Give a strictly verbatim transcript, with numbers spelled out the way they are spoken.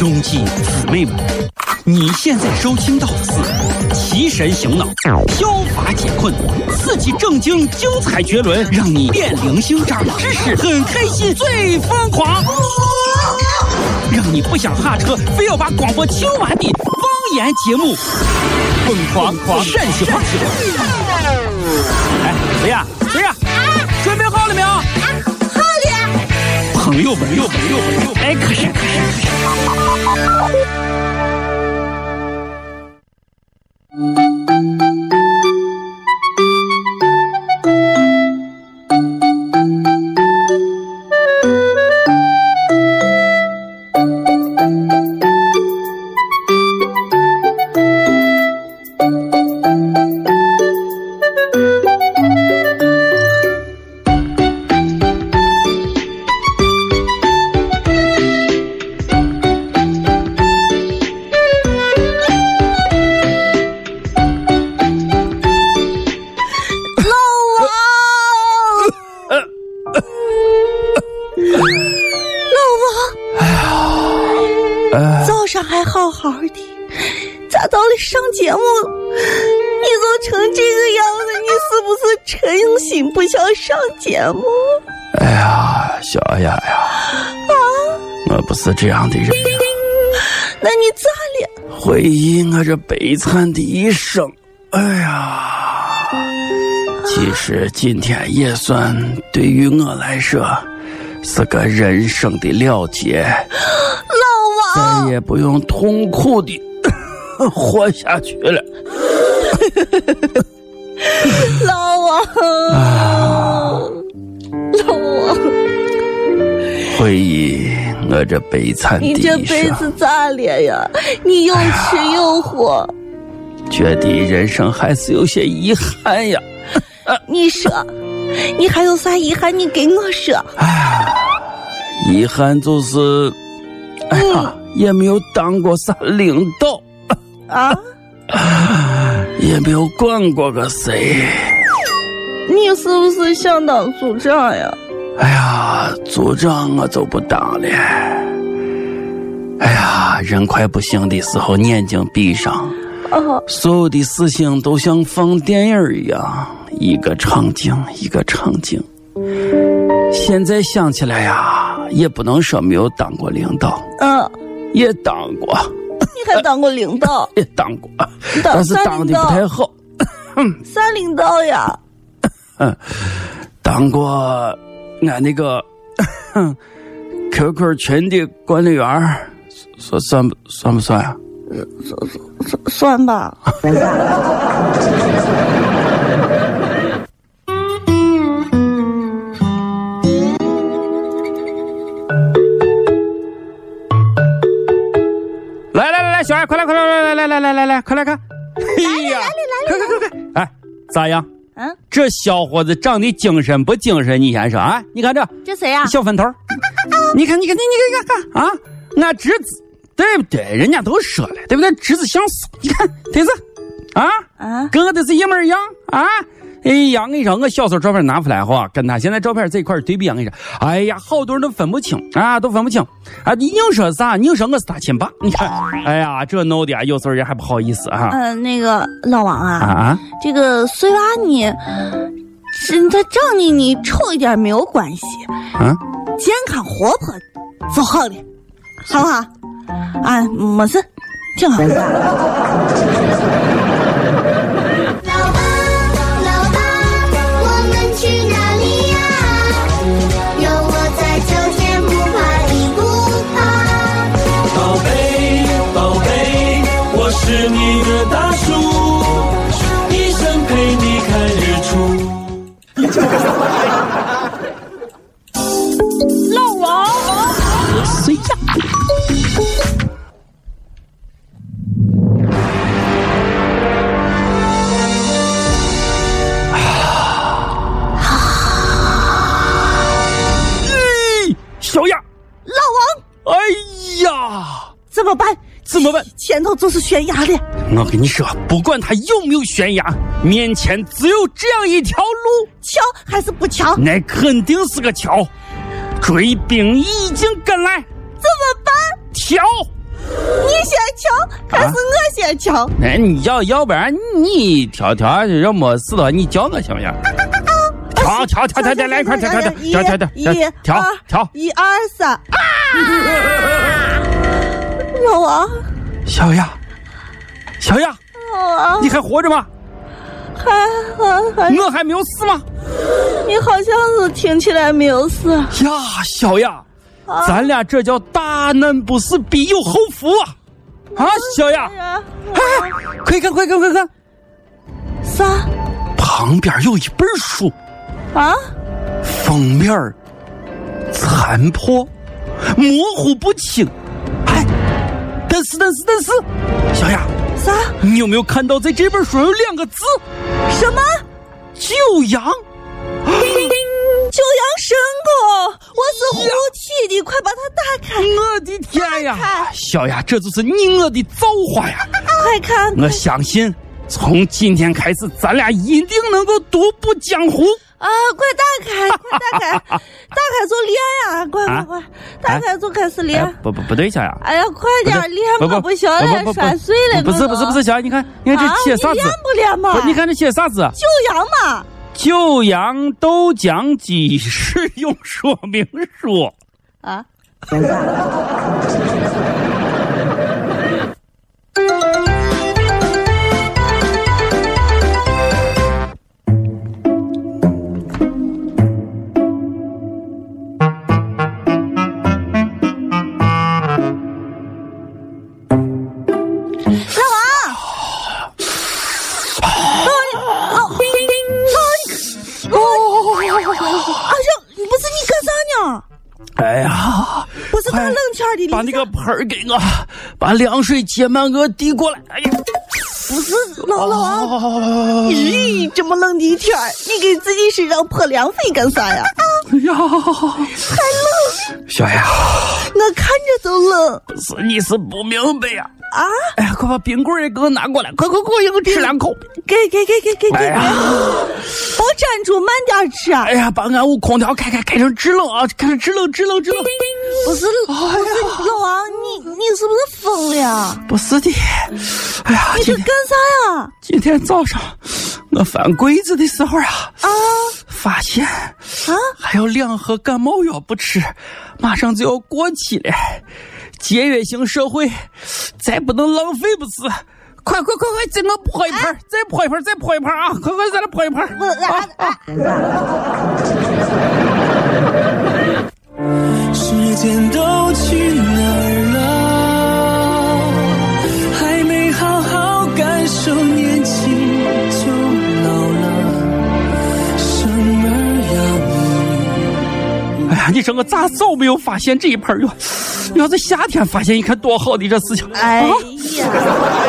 兄弟姊妹们，你现在收听到的是提神醒脑、消乏解困、刺激正经、精彩绝伦，让你变灵性、长知识、很开心、最疯狂，让你不想下车，非要把广播听完的方言节目，疯狂狂陕西话。哎，谁呀？谁呀？准备好了没有？ 好了。 朋友们，朋友们，朋友们，哎，可是，可是，可是。 上节目你都成这个样子，你是不是诚心不想上节目？ 哎呀，小雅呀， 啊， 我不是这样的人。 那你咋了？ 回忆我这悲惨的一生。哎呀，其实今天也算对于我来说是个人生的了结。 老王， 再也不用痛苦的活下去了。 老王、啊、老王， 回忆我这悲惨的一生。 你这辈子咋了呀？你又吃又喝、 哎、觉得人生还是有些遗憾呀。 你说你还有啥遗憾？你给我说。 哎，遗憾就是哎呀、嗯、也没有当过啥领导啊， 也没有管过个谁。 你是不是想当组长呀？ 哎呀，组长我就不当了。哎呀，人快不行的时候，眼睛闭上，哦、所有的事情都像放电影一样，一个场景一个场景。现在想起来呀，也不能说没有当过领导，嗯，也当过。 你还当过领导？ 也当过，但是当的不太好。 啥领导呀？ 当过俺那个 Q Q 群的管理员，算算不算不算啊？ 算算算吧。 小爱，快来快来来来来来来来，快来看！哎呀，快快快快！哎，咋样？嗯，这小伙子长得精神不精神？你先说啊！你看这， 这谁呀？ 小粉头，你看你看你你看看啊！俺侄子，对不对？人家都说了，对不对？侄子相似，你看对子啊啊，跟我的是一模一样啊！哎呀，我跟你说，我小时候照片拿出来哈，跟他现在照片这一块对比，我跟你说，哎呀，好多人都分不清啊，都分不清啊！你硬说啥？你硬说我是他亲爸？你看，哎呀，这弄的有时候人还不好意思哈。 嗯、呃，那个老王啊， 啊， 这个虽娃你，是他长得你丑一点没有关系，啊，健康活泼就好了，好不好？啊，没事，挺好。 是你的大树，一生陪你看日出。 老王， 谁呀？小雅， 老王， 哎呀， 怎么办？ 怎么办？ 前头就是悬崖的。 我跟你说，不管它有没有悬崖，面前只有这样一条路。 桥还是不桥？ 那肯定是个桥。追兵已经跟来， 怎么办？ 跳！ 你先挑，还是我先挑？ 那、啊、你要要不然你挑挑，要没事的话你叫我行不行？挑挑挑挑挑，来一块挑挑挑挑挑挑挑挑， 一二三！老王， 小雅，小雅，你还活着吗？ 还还还， 我还没有死吗？ 你好像是听起来没有死呀， 小雅，啊、咱俩这叫大难不死必有后福啊！啊，小雅，哎，快看快看快看， 啥？ 旁边有一本书啊， 封面残破，模糊不清。哎，但是但是但是，小雅， 啥？ 你有没有看到在这本书上有两个字？ 什么？ 九阳。 九阳神功，我是护体的，快把它打开！ 我的天呀，小雅，这就是你我的造化呀！ 快看！ 我相信，从今天开始，咱俩一定能够独步江湖啊！快打开，快打开，打开就练呀！快快快，打开就开始练！ 不不不对，小雅！ 哎呀，快点练嘛！不行了，摔碎了！ 不是不是不是，小雅，你看，你看这写啥字？ 练不练嘛？ 你看这写啥字？ 九阳嘛。 九阳豆浆机使用说明书啊！ 哎呀， 不是大冷天的， 把那个盆儿给我，把凉水接满给我递过来。哎呀， 不是老老啊，咦、哦，这么冷的一天，你给自己身上泼凉水干啥呀？ 哎呀， 还冷， 小雅， 我看着都冷。 不是，你是不明白呀、 啊！啊！ 哎呀，快把冰棍也给我拿过来，快快快，给我吃两口。 给给给给给给！哎呀，保站住，慢点吃啊！ 哎呀，把俺屋空调开开开成制冷啊，开成制冷制冷制冷。 不是，不是老王，你你是不是疯了呀？ 不是的，哎呀， 你这干啥呀？ 今天早上我翻柜子的时候啊， 啊， 发现啊还有两盒感冒药不吃，马上就要过期了。节约型社会，再不能浪费不是？快快快快，再给我泼一盆、啊，再泼一盆，再泼一盆啊！快快再来泼一盆！啊啊！ 时间都去哪儿了？还没好好感受年轻就老了，什么样？ 哎呀，你整个咋早没有发现这一盆哟？要在夏天发现，一看多好的这事情！ 哎呀！